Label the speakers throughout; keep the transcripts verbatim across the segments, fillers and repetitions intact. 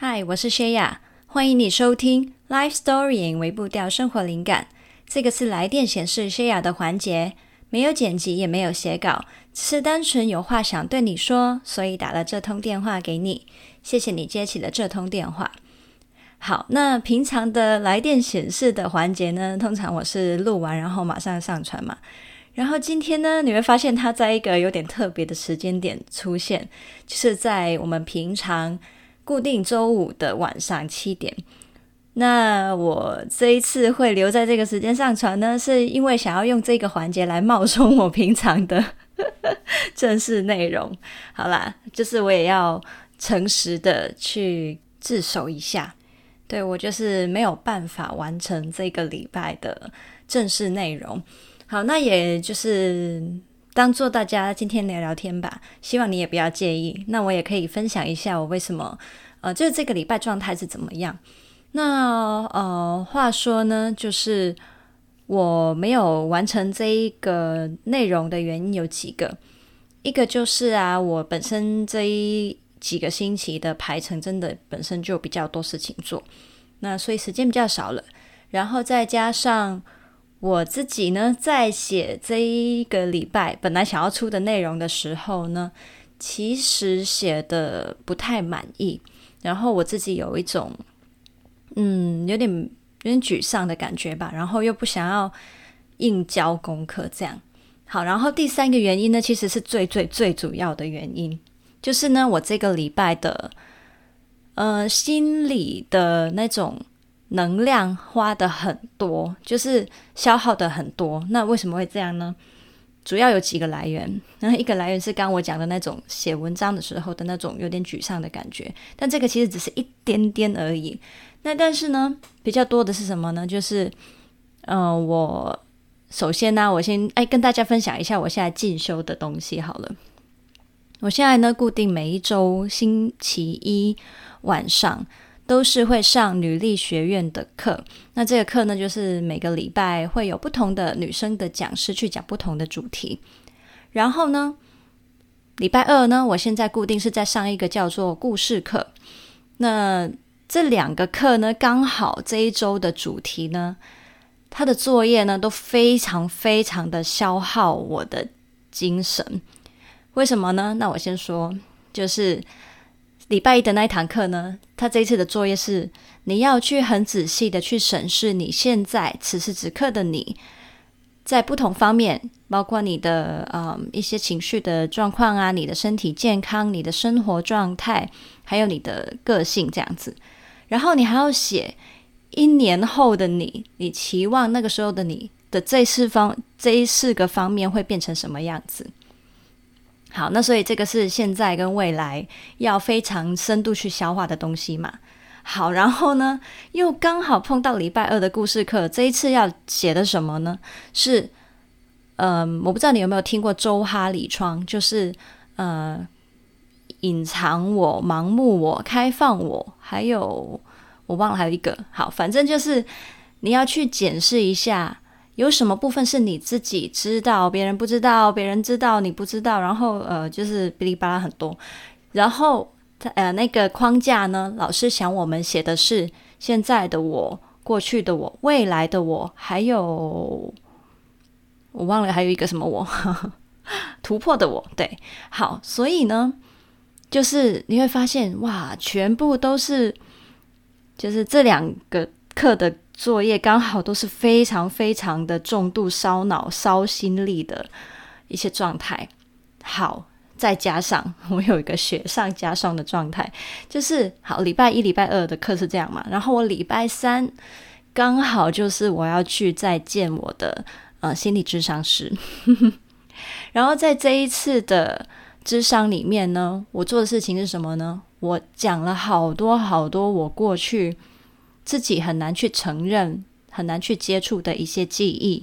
Speaker 1: 嗨，我是薛雅，欢迎你收听 Life Story 为步调生活灵感。这个是来电显示薛雅的环节，没有剪辑也没有写稿，只是单纯有话想对你说，所以打了这通电话给你。谢谢你接起了这通电话。好，那平常的来电显示的环节呢，通常我是录完然后马上上传嘛。然后今天呢，你会发现它在一个有点特别的时间点出现，就是在我们平常固定周五的晚上七点。那我这一次会留在这个时间上传呢，是因为想要用这个环节来冒充我平常的正式内容。好啦，就是我也要诚实的去自首一下，对，我就是没有办法完成这个礼拜的正式内容。好，那也就是当做大家今天聊聊天吧，希望你也不要介意。那我也可以分享一下我为什么呃，就是这个礼拜状态是怎么样。那呃，话说呢，就是我没有完成这一个内容的原因有几个。一个就是啊，我本身这一几个星期的排程真的本身就比较多事情做，那所以时间比较少了。然后再加上我自己呢，在写这一个礼拜本来想要出的内容的时候呢，其实写的不太满意，然后我自己有一种嗯，有点有点沮丧的感觉吧，然后又不想要硬交功课这样。好，然后第三个原因呢，其实是最最最主要的原因，就是呢，我这个礼拜的呃心理的那种能量花的很多，就是消耗的很多。那为什么会这样呢？主要有几个来源。然后一个来源是刚刚我讲的那种写文章的时候的那种有点沮丧的感觉，但这个其实只是一点点而已。那但是呢，比较多的是什么呢？就是呃，我首先呢，我先哎跟大家分享一下我现在进修的东西好了。我现在呢，固定每一周星期一晚上都是会上女力学院的课。那这个课呢，就是每个礼拜会有不同的女生的讲师去讲不同的主题。然后呢，礼拜二呢，我现在固定是在上一个叫做故事课。那这两个课呢，刚好这一周的主题呢，它的作业呢都非常非常的消耗我的精神。为什么呢？那我先说，就是礼拜一的那一堂课呢，它这一次的作业是你要去很仔细的去审视你现在此时此刻的你，在不同方面，包括你的呃一些情绪的状况啊，你的身体健康，你的生活状态，还有你的个性这样子。然后你还要写一年后的你，你期望那个时候的你的这四方这四个方面会变成什么样子。好，那所以这个是现在跟未来要非常深度去消化的东西嘛。好，然后呢，又刚好碰到礼拜二的故事课，这一次要写的什么呢？是，呃，我不知道你有没有听过周哈里窗，就是呃，隐藏我、盲目我、开放我，还有我忘了还有一个。好，反正就是你要去检视一下，有什么部分是你自己知道，别人不知道，别人知道你不知道，然后呃，就是哔哩吧啦很多。然后呃，那个框架呢，老师想我们写的是现在的我、过去的我、未来的我，还有我忘了还有一个什么我突破的我。对，好，所以呢，就是你会发现哇，全部都是就是这两个课的作业刚好都是非常非常的重度烧脑烧心力的一些状态。好，再加上我有一个雪上加霜的状态，就是好，礼拜一礼拜二的课是这样嘛，然后我礼拜三刚好就是我要去再见我的呃心理咨商师然后在这一次的咨商里面呢，我做的事情是什么呢？我讲了好多好多我过去自己很难去承认、很难去接触的一些记忆，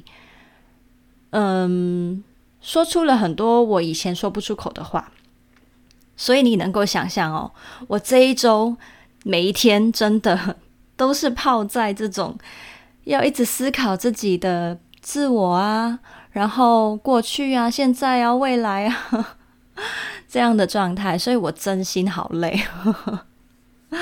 Speaker 1: 嗯，说出了很多我以前说不出口的话。所以你能够想象哦，我这一周每一天真的都是泡在这种要一直思考自己的自我啊，然后过去啊、现在啊、未来啊这样的状态，所以我真心好累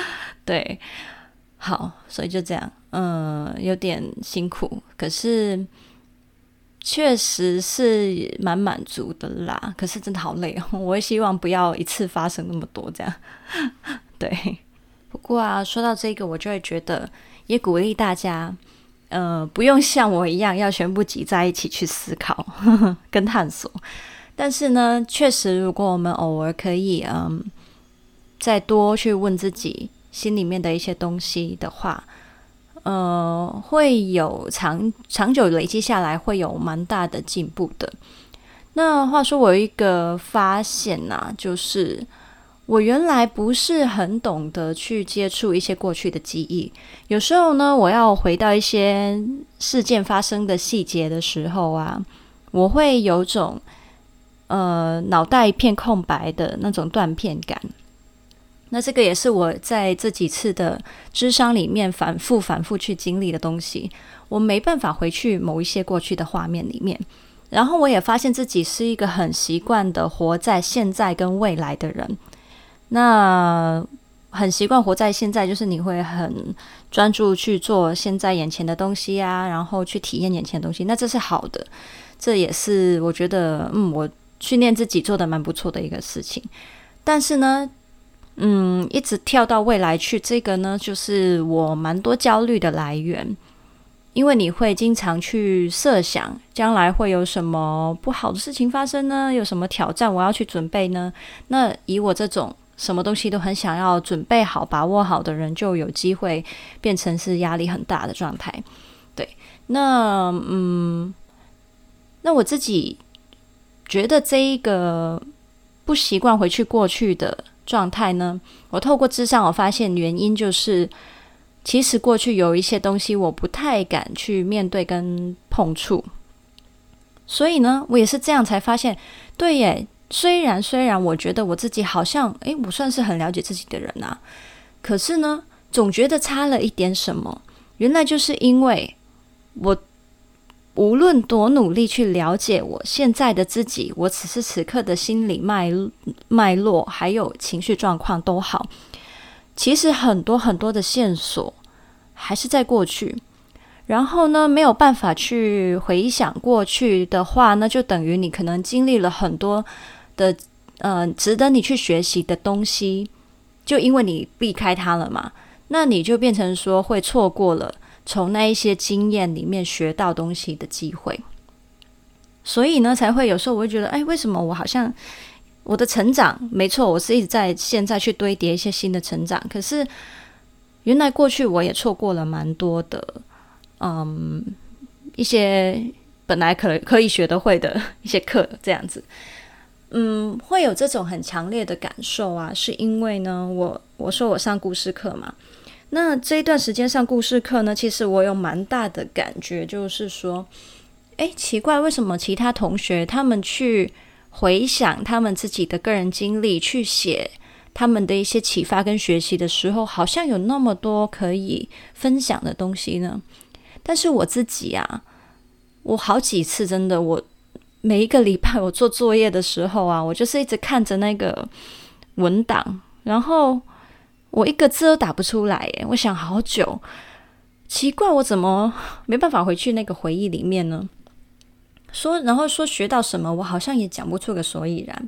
Speaker 1: 对，好，所以就这样，嗯，有点辛苦，可是确实是蛮满足的啦。可是真的好累哦，我会希望不要一次发生那么多这样。对，不过啊，说到这个，我就会觉得也鼓励大家，呃，不用像我一样要全部挤在一起去思考呵呵跟探索。但是呢，确实，如果我们偶尔可以，嗯，再多去问自己心里面的一些东西的话，呃，会有长长久累积下来，会有蛮大的进步的。那话说，我有一个发现啊，就是我原来不是很懂得去接触一些过去的记忆。有时候呢，我要回到一些事件发生的细节的时候啊，我会有种呃脑袋一片空白的那种断片感。那这个也是我在这几次的諮商里面反复反复去经历的东西，我没办法回去某一些过去的画面里面。然后我也发现自己是一个很习惯的活在现在跟未来的人。那很习惯活在现在，就是你会很专注去做现在眼前的东西啊，然后去体验眼前的东西，那这是好的，这也是我觉得嗯，我训练自己做的蛮不错的一个事情。但是呢嗯，一直跳到未来去，这个呢就是我蛮多焦虑的来源。因为你会经常去设想将来会有什么不好的事情发生呢，有什么挑战我要去准备呢。那以我这种什么东西都很想要准备好把握好的人，就有机会变成是压力很大的状态。对，那嗯，那我自己觉得这一个不习惯回去过去的状态呢，我透过諮商我发现原因就是其实过去有一些东西我不太敢去面对跟碰触。所以呢我也是这样才发现，对耶，虽然虽然我觉得我自己好像诶我算是很了解自己的人啊，可是呢总觉得差了一点什么。原来就是因为我无论多努力去了解我现在的自己，我此时此刻的心理脉脉络还有情绪状况都好，其实很多很多的线索还是在过去。然后呢没有办法去回想过去的话，那就等于你可能经历了很多的呃值得你去学习的东西，就因为你避开它了嘛，那你就变成说会错过了从那一些经验里面学到东西的机会。所以呢才会有时候我会觉得，哎，为什么我好像我的成长，没错，我是一直在现在去堆叠一些新的成长，可是原来过去我也错过了蛮多的嗯，一些本来可可以学得会的一些课这样子。嗯，会有这种很强烈的感受啊，是因为呢我我说我上故事课嘛，那这一段时间上故事课呢，其实我有蛮大的感觉，就是说诶奇怪，为什么其他同学他们去回想他们自己的个人经历，去写他们的一些启发跟学习的时候，好像有那么多可以分享的东西呢？但是我自己啊，我好几次真的，我每一个礼拜我做作业的时候啊，我就是一直看着那个文档，然后我一个字都打不出来耶，我想好久，奇怪我怎么没办法回去那个回忆里面呢？说然后说学到什么，我好像也讲不出个所以然。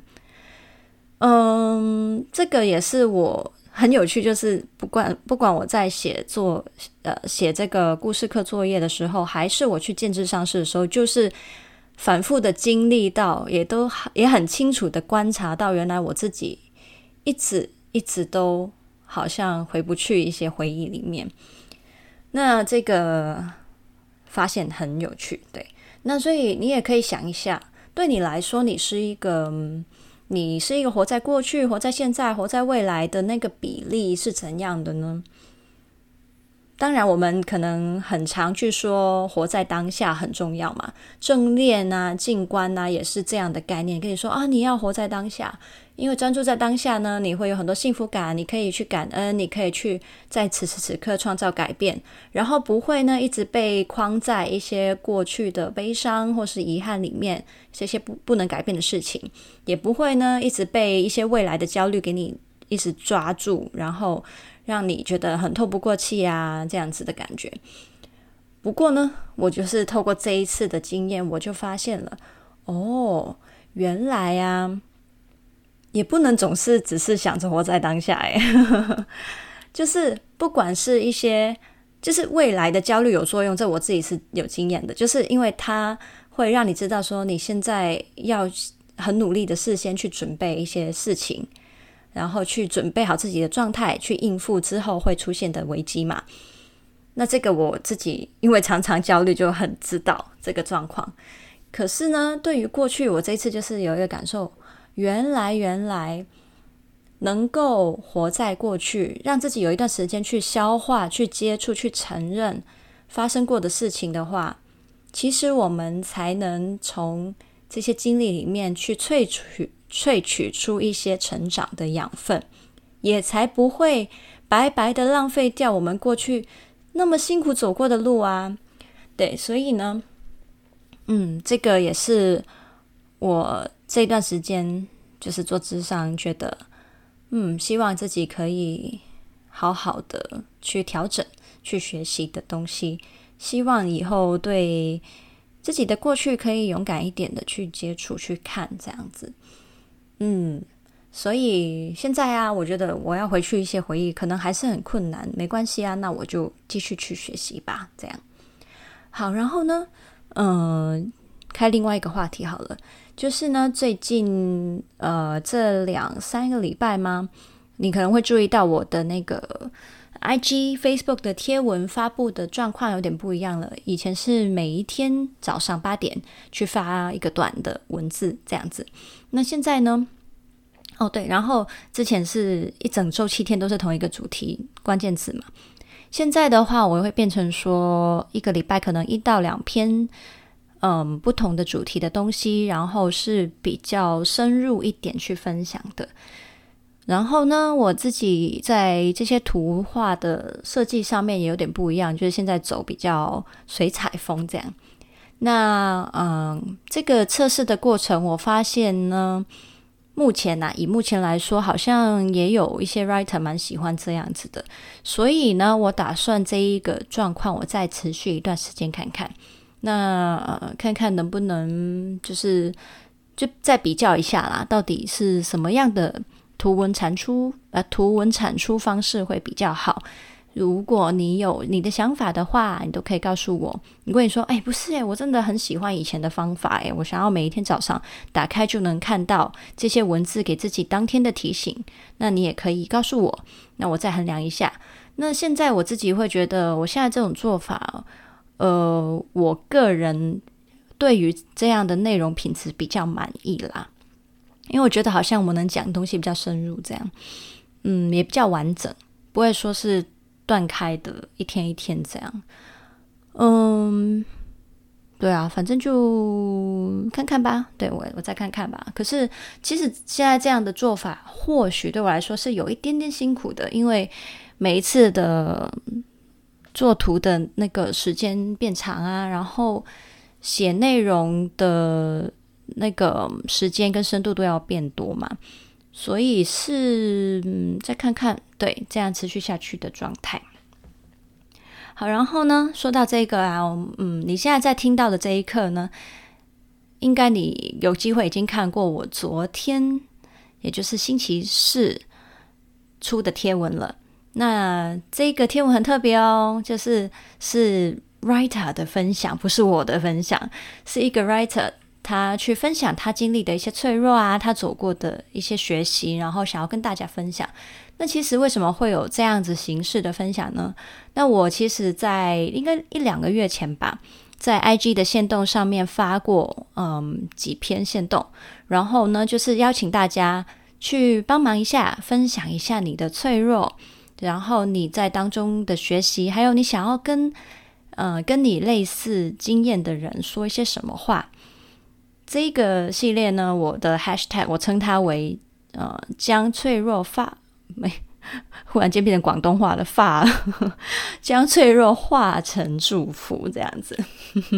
Speaker 1: 嗯，这个也是我很有趣，就是不管不管我在写作呃写这个故事课作业的时候，还是我去见智商室的时候，就是反复的经历到，也都也很清楚的观察到，原来我自己一直一直都好像回不去一些回忆里面。那这个发现很有趣，对。那所以你也可以想一下，对你来说，你是一个你是一个活在过去、活在现在、活在未来的那个比例是怎样的呢？当然我们可能很常去说活在当下很重要嘛，正念啊、静观啊也是这样的概念，跟你说啊，你要活在当下，因为专注在当下呢，你会有很多幸福感，你可以去感恩，你可以去在此时此刻创造改变，然后不会呢一直被框在一些过去的悲伤或是遗憾里面，这些不不能改变的事情，也不会呢一直被一些未来的焦虑给你一直抓住，然后让你觉得很透不过气啊，这样子的感觉。不过呢，我就是透过这一次的经验，我就发现了，哦，原来啊，也不能总是只是想着活在当下诶就是不管是一些就是未来的焦虑有作用，这我自己是有经验的，就是因为它会让你知道说你现在要很努力的事先去准备一些事情，然后去准备好自己的状态，去应付之后会出现的危机嘛。那这个我自己因为常常焦虑就很知道这个状况。可是呢，对于过去我这一次就是有一个感受，原来原来能够活在过去，让自己有一段時間去消化、去接觸、去承認發生過的事情的話，其實我們才能從這些經歷裡面去萃取萃取出一些成長的養分，也才不會白白的浪費掉我們過去那麼辛苦走過的路啊。對，所以呢嗯，這個也是我這段時間就是做諮商覺得嗯，希望自己可以好好的去調整去學習的東西，希望以後對自己的過去可以勇敢一點的去接觸去看這樣子。嗯，所以現在啊，我覺得我要回去一些回憶可能還是很困難，沒關係啊，那我就繼續去學習吧，這樣。好，然後呢嗯，開另外一個話題好了，就是呢最近呃這兩三個禮拜嗎，你可能會注意到我的那個 I G Facebook 的貼文發布的狀況有點不一樣了。以前是每一天早上八點去發一個短的文字這樣子，那現在呢哦對，然後之前是一整週七天都是同一個主題關鍵詞嘛，現在的話我會變成說一個禮拜可能一到兩篇嗯，不同的主題的東西，然後是比較深入一點去分享的。然後呢，我自己在這些圖畫的設計上面也有點不一樣，就是現在走比較水彩風這樣。那嗯，這個測試的過程，我發現呢，目前啊，以目前來說，好像也有一些 writer 蠻喜歡這樣子的。所以呢，我打算這一個狀況，我再持續一段時間看看。那呃，看看能不能就是就再比較一下啦，到底是什麼樣的圖文產出呃圖文產出方式會比較好。如果你有你的想法的話，你都可以告訴我。如果你說哎不是哎，我真的很喜歡以前的方法哎，我想要每一天早上打開就能看到這些文字給自己當天的提醒，那你也可以告訴我，那我再衡量一下。那現在我自己會覺得我現在這種做法呃，我個人對於這樣的內容品質比較滿意啦，因為我覺得好像我能講東西比較深入這樣，嗯，也比較完整，不會說是斷開的一天一天這樣。嗯，對啊，反正就看看吧，對，我我再看看吧。可是其實現在這樣的做法或許對我來說是有一點點辛苦的，因為每一次的做圖的那個時間變長啊，然後寫內容的那個時間跟深度都要變多嘛，所以是、嗯、再看看，對，這樣持續下去的狀態。好，然後呢，說到這個啊，嗯，你現在在聽到的這一刻呢，應該你有機會已經看過我昨天，也就是星期四出的貼文了。那這個貼文很特別哦，就是是 writer 的分享，不是我的分享，是一個 writer 他去分享他經歷的一些脆弱啊，他走過的一些學習，然後想要跟大家分享。那其實為什麼會有這樣子形式的分享呢？那我其實在應該一兩個月前吧，在 I G 的限動上面發過嗯幾篇限動，然後呢就是邀請大家去幫忙一下，分享一下你的脆弱，然後你在當中的學習，還有你想要跟呃跟你類似經驗的人說一些什麼話。這個系列呢，我的 hashtag 我稱它為呃將脆弱化，沒忽然間變成廣東話了，化將脆弱化成祝福這樣子。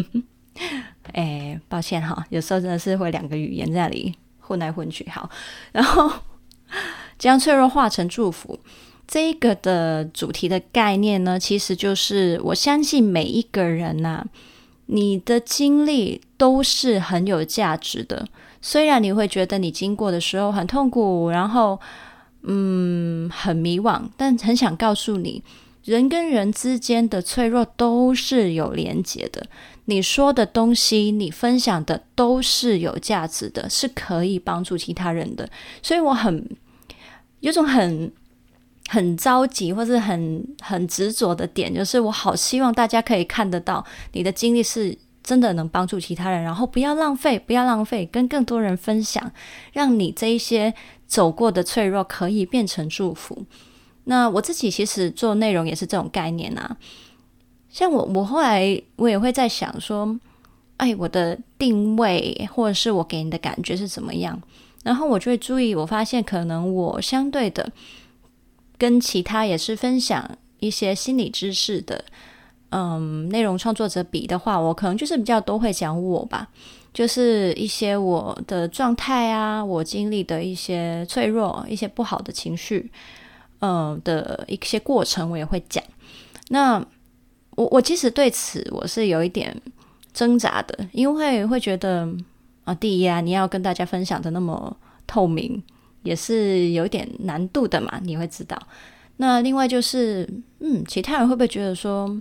Speaker 1: 哎，抱歉哈，有時候真的是會兩個語言在那裡混來混去。好，然後将脆弱化成祝福。这个的主题的概念呢，其实就是我相信每一个人啊，你的经历都是很有价值的。虽然你会觉得你经过的时候很痛苦，然后嗯很迷惘，但很想告诉你，人跟人之间的脆弱都是有连结的。你说的东西，你分享的都是有价值的，是可以帮助其他人的。所以我很有种很很着急或是很很执着的点，就是我好希望大家可以看得到你的经历是真的能帮助其他人，然后不要浪费不要浪费跟更多人分享，让你这一些走过的脆弱可以变成祝福。那我自己其实做内容也是这种概念啊，像我我后来我也会在想说，哎，我的定位或者是我给你的感觉是怎么样，然后我就会注意，我发现可能我相对的跟其他也是分享一些心理知识的嗯，内容创作者比的话，我可能就是比较多会讲我吧，就是一些我的状态啊，我经历的一些脆弱，一些不好的情绪嗯的一些过程我也会讲。那我我其实对此我是有一点挣扎的，因为会觉得啊，第一啊，你要跟大家分享的那么透明，也是有一点难度的嘛，你会知道。那另外就是嗯，其他人会不会觉得说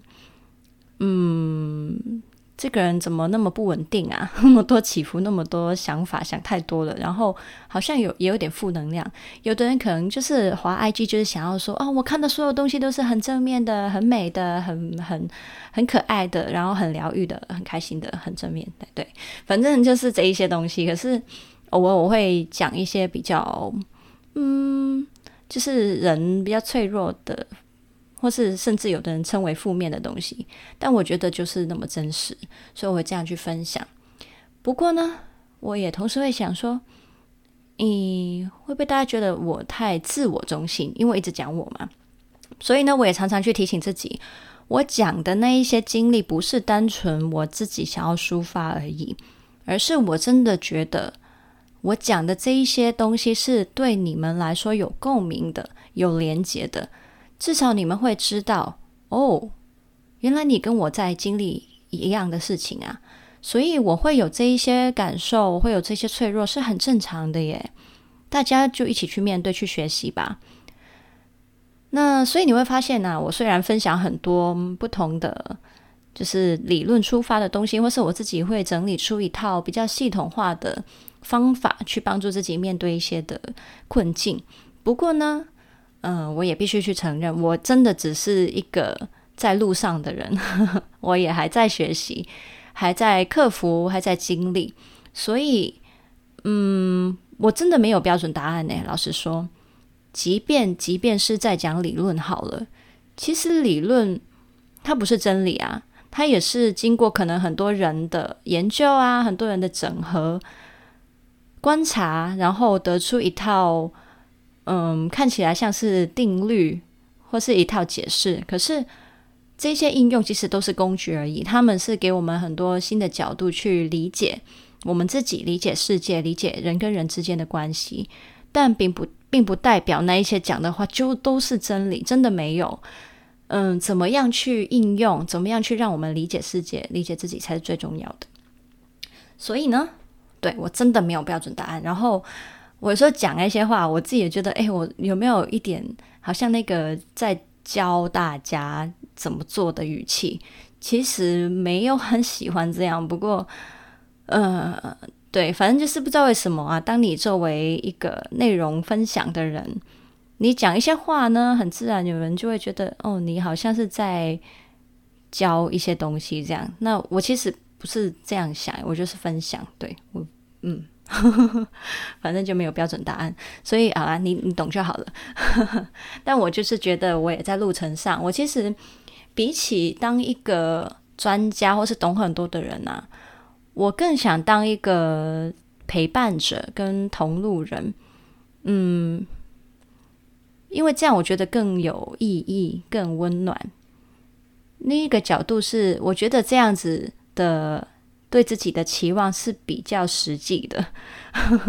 Speaker 1: 嗯，这个人怎么那么不稳定啊，那么多起伏，那么多想法，想太多了，然后好像有也有点负能量。有的人可能就是滑 I G 就是想要说哦，我看的所有东西都是很正面的，很美的，很很很可爱的，然后很疗愈的，很开心的，很正面的，对，反正就是这一些东西。可是偶尔我会讲一些比较嗯，就是人比较脆弱的，或是甚至有的人称为负面的东西，但我觉得就是那么真实，所以我会这样去分享。不过呢，我也同时会想说，嗯，会不会大家觉得我太自我中心，因为我一直讲我嘛，所以呢，我也常常去提醒自己，我讲的那一些经历不是单纯我自己想要抒发而已，而是我真的觉得我讲的这一些东西是对你们来说有共鸣的，有连结的，至少你们会知道哦，原来你跟我在经历一样的事情啊，所以我会有这一些感受，我会有这些脆弱是很正常的耶，大家就一起去面对，去学习吧。那所以你会发现啊，我虽然分享很多不同的就是理论出发的东西，或是我自己会整理出一套比较系统化的方法去帮助自己面对一些的困境，不过呢嗯，我也必须去承认，我真的只是一个在路上的人，呵呵，我也还在学习，还在克服，还在经历，所以嗯，我真的没有标准答案耶，老实说，即便即便是在讲理论好了，其实理论它不是真理啊，它也是经过可能很多人的研究啊，很多人的整合观察，然后得出一套嗯，看起来像是定律或是一套解释，可是这些应用其实都是工具而已，他们是给我们很多新的角度去理解我们自己，理解世界，理解人跟人之间的关系，但并不并不代表那一些讲的话就都是真理，真的没有。嗯，怎么样去应用，怎么样去让我们理解世界，理解自己才是最重要的。所以呢，对，我真的没有标准答案，然后我有时候讲那些话，我自己也觉得，哎，我有没有一点好像那个在教大家怎么做的语气？其实没有很喜欢这样，不过，呃，对，反正就是不知道为什么啊。当你作为一个内容分享的人，你讲一些话呢，很自然有人就会觉得，哦，你好像是在教一些东西这样。那我其实不是这样想，我就是分享，对我，嗯。反正就没有标准答案，所以好啦，你你懂就好了。但我就是觉得我也在路程上，我其实比起当一个专家或是懂很多的人啊，我更想当一个陪伴者跟同路人。嗯，因为这样我觉得更有意义，更温暖。另一个角度是，我觉得这样子的对自己的期望是比较实际的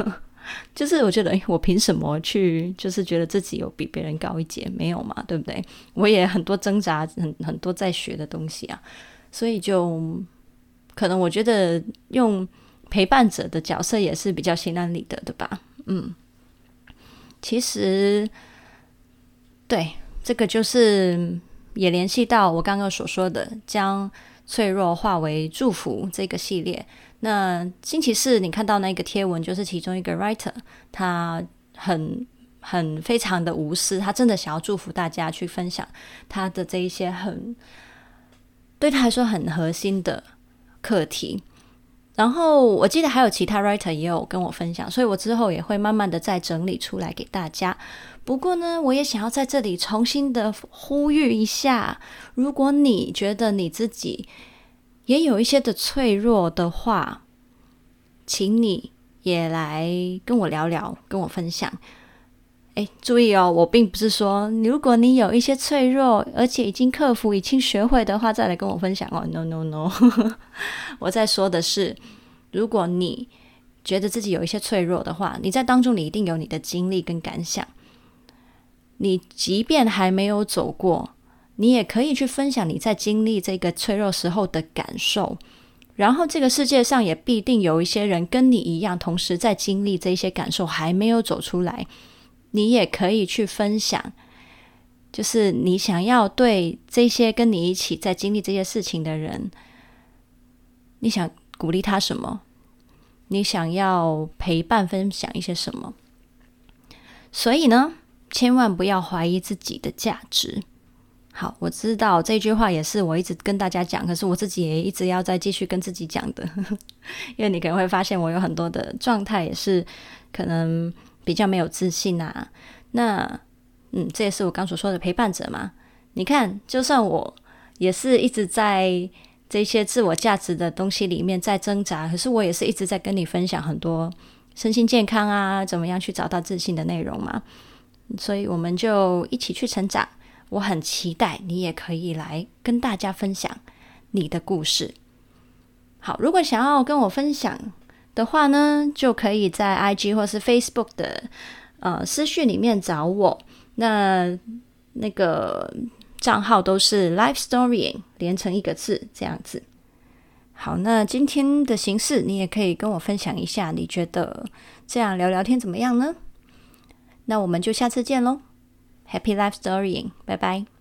Speaker 1: 就是我觉得，诶，我凭什么去，就是觉得自己有比别人高一截？没有嘛，对不对？我也很多挣扎，很很多在学的东西啊，所以就可能我觉得用陪伴者的角色也是比较心安理得的吧。嗯，其实对这个就是也联系到我刚刚所说的将脆弱化为祝福这个系列。那星期四你看到那个贴文，就是其中一个 writer， 他很很非常的无私，他真的想要祝福大家去分享他的这一些很对他来说很核心的课题。然后我记得还有其他 writer 也有跟我分享，所以我之后也会慢慢的再整理出来给大家。不过呢，我也想要在这里重新的呼吁一下，如果你觉得你自己也有一些的脆弱的话，请你也来跟我聊聊，跟我分享。诶，注意哦，我并不是说如果你有一些脆弱而且已经克服已经学会的话再来跟我分享哦， no no no 我在说的是，如果你觉得自己有一些脆弱的话，你在当中你一定有你的经历跟感想，你即便还没有走过，你也可以去分享你在经历这个脆弱时候的感受。然后这个世界上也必定有一些人跟你一样，同时在经历这些感受还没有走出来，你也可以去分享，就是你想要对这些跟你一起在经历这些事情的人，你想鼓励他什么，你想要陪伴分享一些什么。所以呢，千万不要怀疑自己的价值。好，我知道这句话也是我一直跟大家讲，可是我自己也一直要再继续跟自己讲的因为你可能会发现我有很多的状态也是可能比较没有自信啊。那嗯，这也是我刚所说的陪伴者嘛。你看，就算我也是一直在这些自我价值的东西里面在挣扎，可是我也是一直在跟你分享很多身心健康啊，怎么样去找到自信的内容嘛。所以我们就一起去成长。我很期待你也可以来跟大家分享你的故事。好，如果想要跟我分享的话呢，就可以在 I G 或是 Facebook 的呃私讯里面找我。那那个账号都是 Life Storying 连成一个字这样子。好，那今天的形式你也可以跟我分享一下，你觉得这样聊聊天怎么样呢？那我们就下次见咯。Happy Life Storying， 拜拜。